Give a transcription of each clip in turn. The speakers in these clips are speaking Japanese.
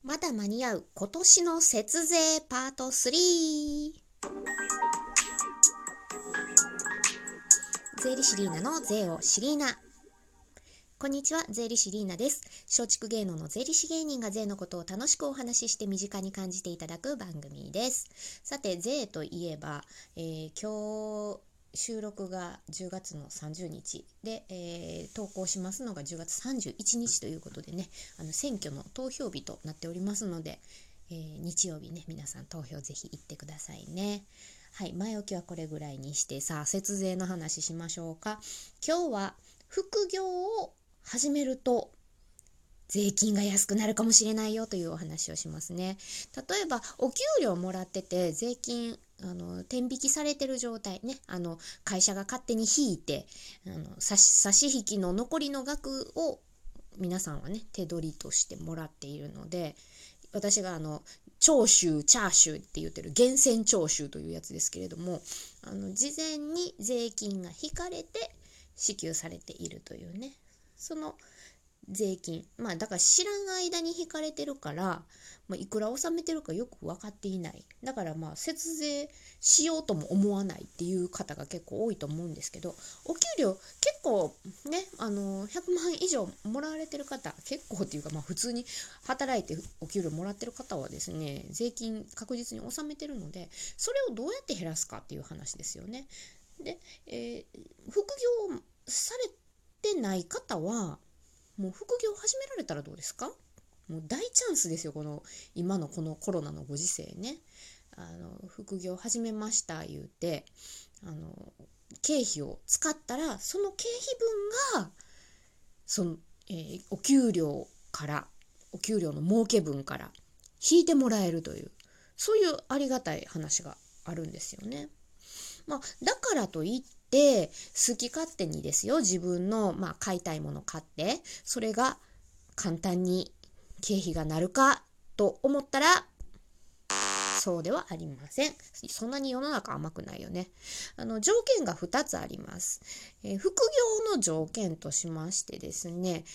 まだ間に合う今年の節税パート3。税理士リーナの税をシリーナ。こんにちは、税理士リーナです。松竹芸能の税理士芸人が税のことを楽しくお話しして身近に感じていただく番組です。さて、税といえば、今日収録が10月の30日で、投稿しますのが10月31日ということでね、選挙の投票日となっておりますので、日曜日ね、皆さん投票ぜひ行ってくださいね。はい、前置きはこれぐらいにして、さあ節税の話しましょうか。今日は副業を始めると税金が安くなるかもしれないよというお話をしますね。例えばお給料もらってて税金天引きされてる状態ね、会社が勝手に引いて差し引きの残りの額を皆さんはね手取りとしてもらっているので、私が徴収チャーシューって言ってる源泉徴収というやつですけれども、事前に税金が引かれて支給されているというね、その税金、だから知らん間に引かれてるから、いくら納めてるかよく分かっていない。だから節税しようとも思わないっていう方が結構多いと思うんですけど、お給料結構ね、100万以上もらわれてる方、結構っていうか普通に働いてお給料もらってる方はですね、税金確実に納めてるので、それをどうやって減らすかっていう話ですよね。で、副業されてない方はもう副業を始められたらどうですか？もう大チャンスですよ、今のこのコロナのご時世ね。副業始めました言うて経費を使ったら、その経費分がその、お給料の儲け分から引いてもらえるという、そういうありがたい話があるんですよね。だからといって好き勝手にですよ、自分の、買いたいものを買ってそれが簡単に経費がなるかと思ったらそうではありません。そんなに世の中甘くないよね。条件が2つあります。副業の条件としましてですね、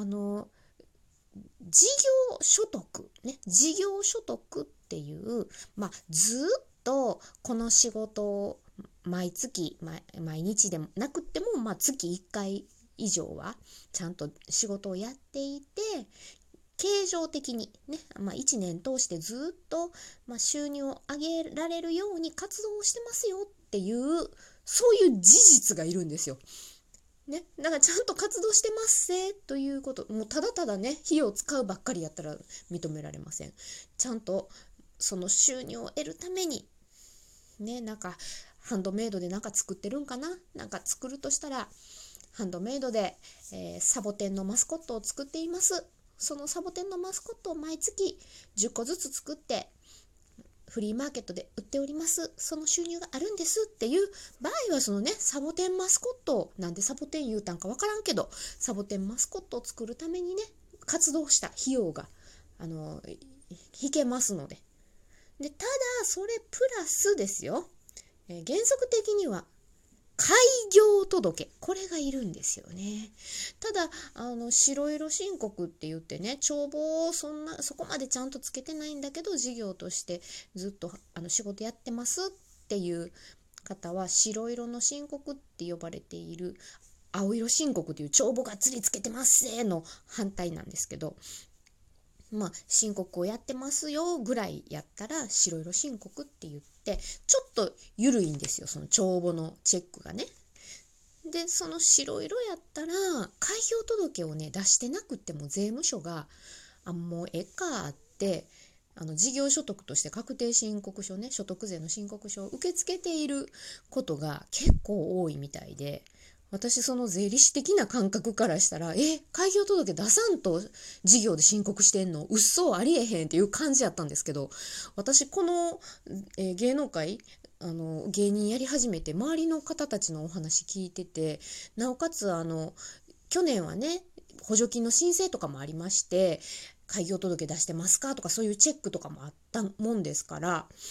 事業所得ね、事業所得っていう、ずっとこの仕事を毎月、毎日でもなくっても、月1回以上はちゃんと仕事をやっていて、経常的にね、1年通してずっと、収入を上げられるように活動してますよっていう、そういう事実がいるんですよ。ね、だからちゃんと活動してますせということ、もうただただね費用を使うばっかりやったら認められません。ちゃんとその収入を得るためにね、ハンドメイドで作ってるんかな、作るとしたらハンドメイドで、サボテンのマスコットを作っています。そのサボテンのマスコットを毎月10個ずつ作ってフリーマーケットで売っております。その収入があるんですっていう場合は、そのね、サボテンマスコット、なんでサボテン言うたんかわからんけど、サボテンマスコットを作るためにね、活動した費用が、引けますので。で、ただ、それプラスですよ。原則的には開業届、これがいるんですよね。ただ白色申告って言ってね、帳簿をそこまでちゃんとつけてないんだけど事業としてずっと仕事やってますっていう方は、白色の申告って呼ばれている青色申告という帳簿がっつりつけてますせの反対なんですけど、申告をやってますよぐらいやったら白色申告って言って、ちょっと緩いんですよ、その帳簿のチェックがね。でその白色やったら開票届をね出してなくっても税務署がもうええかって事業所得として確定申告書ね、所得税の申告書を受け付けていることが結構多いみたいで、私その税理士的な感覚からしたら、開業届出さんと事業で申告してんのうっそありえへんっていう感じやったんですけど、私この、芸能界芸人やり始めて周りの方たちのお話聞いてて、なおかつ去年はね補助金の申請とかもありまして、開業届出してますかとかそういうチェックとかもあったもんですから、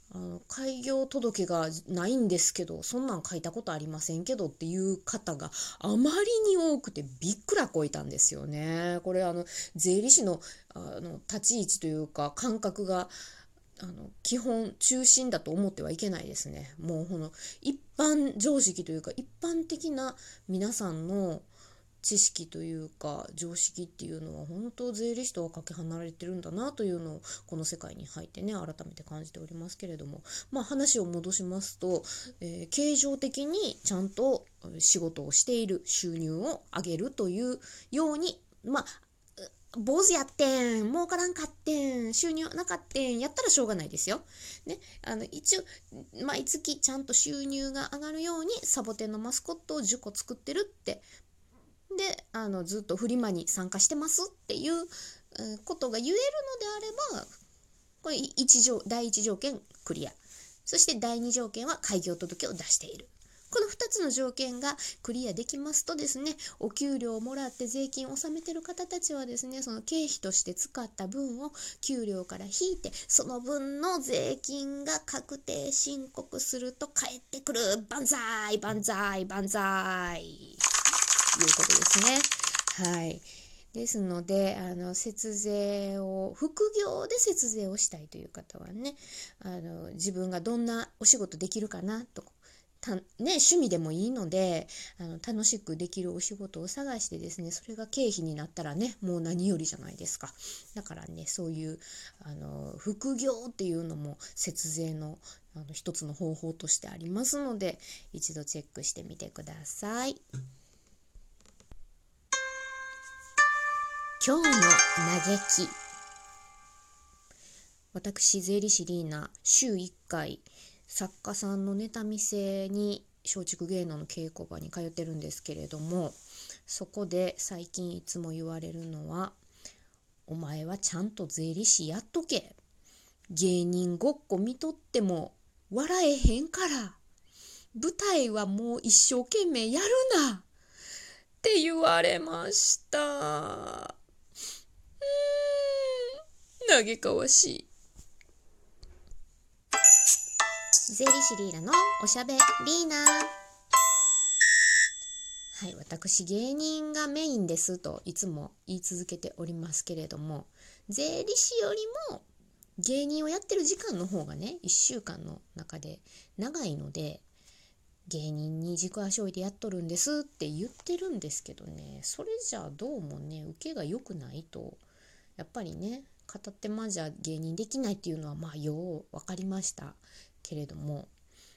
開業届がないんですけど、そんなん書いたことありませんけどっていう方があまりに多くてびっくらこいたんですよね。これ税理士の、立ち位置というか感覚が基本中心だと思ってはいけないですね。もう一般常識というか一般的な皆さんの知識というか常識っていうのは本当税理士とはかけ離れてるんだなというのをこの世界に入ってね改めて感じておりますけれども、話を戻しますと、経常的にちゃんと仕事をしている収入を上げるというように坊主やってん、儲からんかってん、収入なかってん、やったらしょうがないですよ。ね、一応、毎月ちゃんと収入が上がるように、サボテンのマスコットを10個作ってるって。で、ずっとフリマに参加してますっていうことが言えるのであれば、これ第一条件クリア。そして第二条件は開業届を出している。この2つの条件がクリアできますとですね、お給料をもらって税金を納めてる方たちはですね、その経費として使った分を給料から引いて、その分の税金が確定申告すると返ってくる。万歳万歳万歳いうことですね。はい。ですので、節税を、副業で節税をしたいという方はね、自分がどんなお仕事できるかなと、趣味でもいいので楽しくできるお仕事を探してですね、それが経費になったらね、もう何よりじゃないですか。だからね、そういう副業っていうのも節税の一つの方法としてありますので、一度チェックしてみてください。今日の嘆き。私税理士リーナ、週1回作家さんのネタ見せに松竹芸能の稽古場に通ってるんですけれども、そこで最近いつも言われるのは、お前はちゃんと税理士やっとけ、芸人ごっこ見とっても笑えへんから、舞台はもう一生懸命やるなって言われました。嘆かわしい。税理士リーナのおしゃべりーな。はい、私芸人がメインですといつも言い続けておりますけれども、税理士よりも芸人をやってる時間の方がね、1週間の中で長いので、芸人に軸足置いてやっとるんですって言ってるんですけどね、それじゃどうもね、受けが良くないと、やっぱりね、片手間じゃ芸人できないっていうのはよう分かりましたけれども、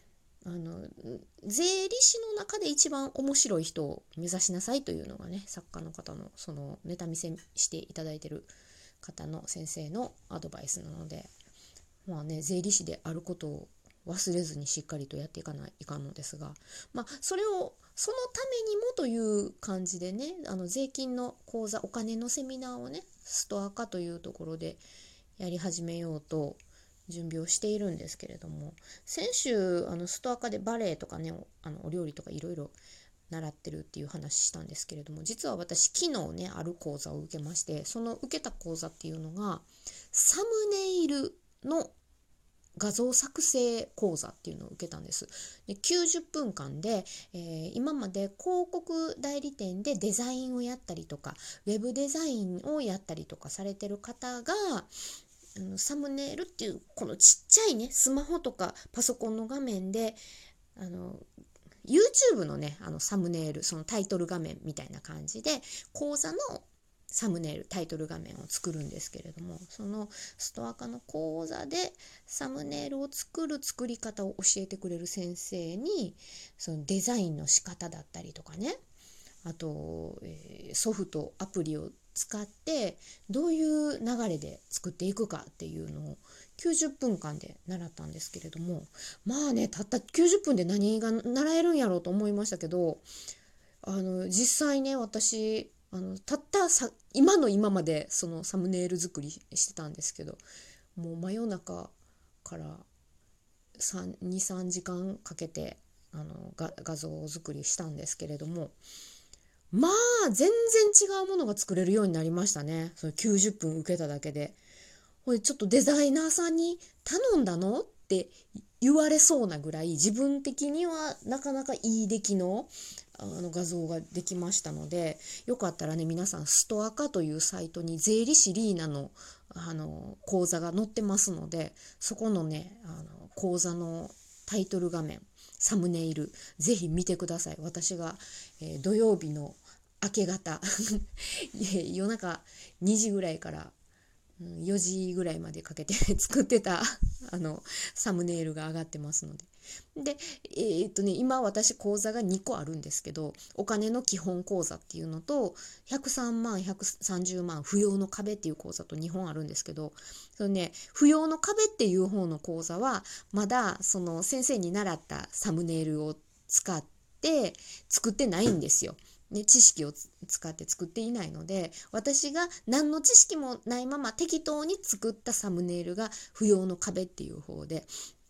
税理士の中で一番面白い人を目指しなさいというのがね、作家の方のそのネタ見せしていただいてる方の先生のアドバイスなので、税理士であることを忘れずにしっかりとやっていかないかんのですが、それをそのためにもという感じでね、税金の講座、お金のセミナーをね、ストア化というところでやり始めようと準備をしているんですけれども、先週ストア化でバレエとかね、お料理とかいろいろ習ってるっていう話したんですけれども、実は私昨日ね、ある講座を受けまして、その受けた講座っていうのがサムネイルの画像作成講座っていうのを受けたんです。で90分間で、今まで広告代理店でデザインをやったりとか、ウェブデザインをやったりとかされてる方が、サムネイルっていうこのちっちゃいね、スマホとかパソコンの画面でYouTube のね、サムネイル、そのタイトル画面みたいな感じで講座のサムネイル、タイトル画面を作るんですけれども、そのストア化の講座でサムネイルを作る作り方を教えてくれる先生に、そのデザインの仕方だったりとかね、あと、ソフト、アプリを使ってどういう流れで作っていくかっていうのを90分間で習ったんですけれども、たった90分で何が習えるんやろうと思いましたけど、実際ね、私たった今の今までそのサムネイル作りしてたんですけど、もう真夜中から2、3時間かけて画像作りしたんですけれども、全然違うものが作れるようになりましたね。その90分受けただけで。ほいでちょっとデザイナーさんに頼んだのっって言われそうなぐらい自分的にはなかなかいい出来の画像ができましたので、よかったらね皆さんストアカというサイトに税理士リーナの講座が載ってますので、そこのね講座のタイトル画面サムネイルぜひ見てください。私が、土曜日の明け方夜中2時ぐらいから4時ぐらいまでかけて作ってたサムネイルが上がってますので。で、今私講座が2個あるんですけど、お金の基本講座っていうのと103万130万扶養の壁っていう講座と2本あるんですけど、そのね扶養の壁っていう方の講座はまだその先生に習ったサムネイルを使って作ってないんですよ。ね、知識を使って作っていないので、私が何の知識もないまま適当に作ったサムネイルが扶養の壁っていう方で、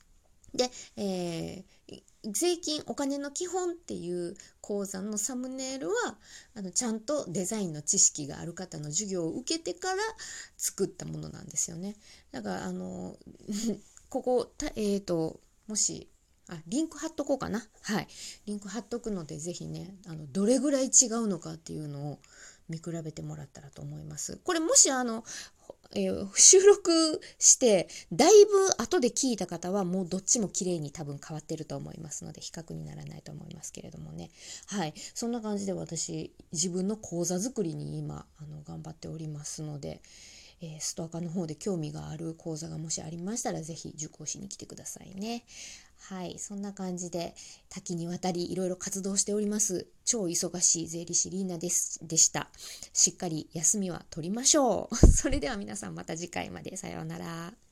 税金お金の基本っていう講座のサムネイルはちゃんとデザインの知識がある方の授業を受けてから作ったものなんですよね。だからここもしリンク貼っとこうかな。はい。リンク貼っとくので、ぜひね、どれぐらい違うのかっていうのを見比べてもらったらと思います。これもし収録して、だいぶ後で聞いた方はもうどっちも綺麗に多分変わってると思いますので、比較にならないと思いますけれどもね。はい。そんな感じで私、自分の講座作りに今、頑張っておりますので、ストアカの方で興味がある講座がもしありましたらぜひ受講しに来てくださいね。はい、そんな感じで多岐にわたりいろいろ活動しております超忙しい税理士リーナでした。しっかり休みは取りましょう。それでは皆さんまた次回まで。さようなら。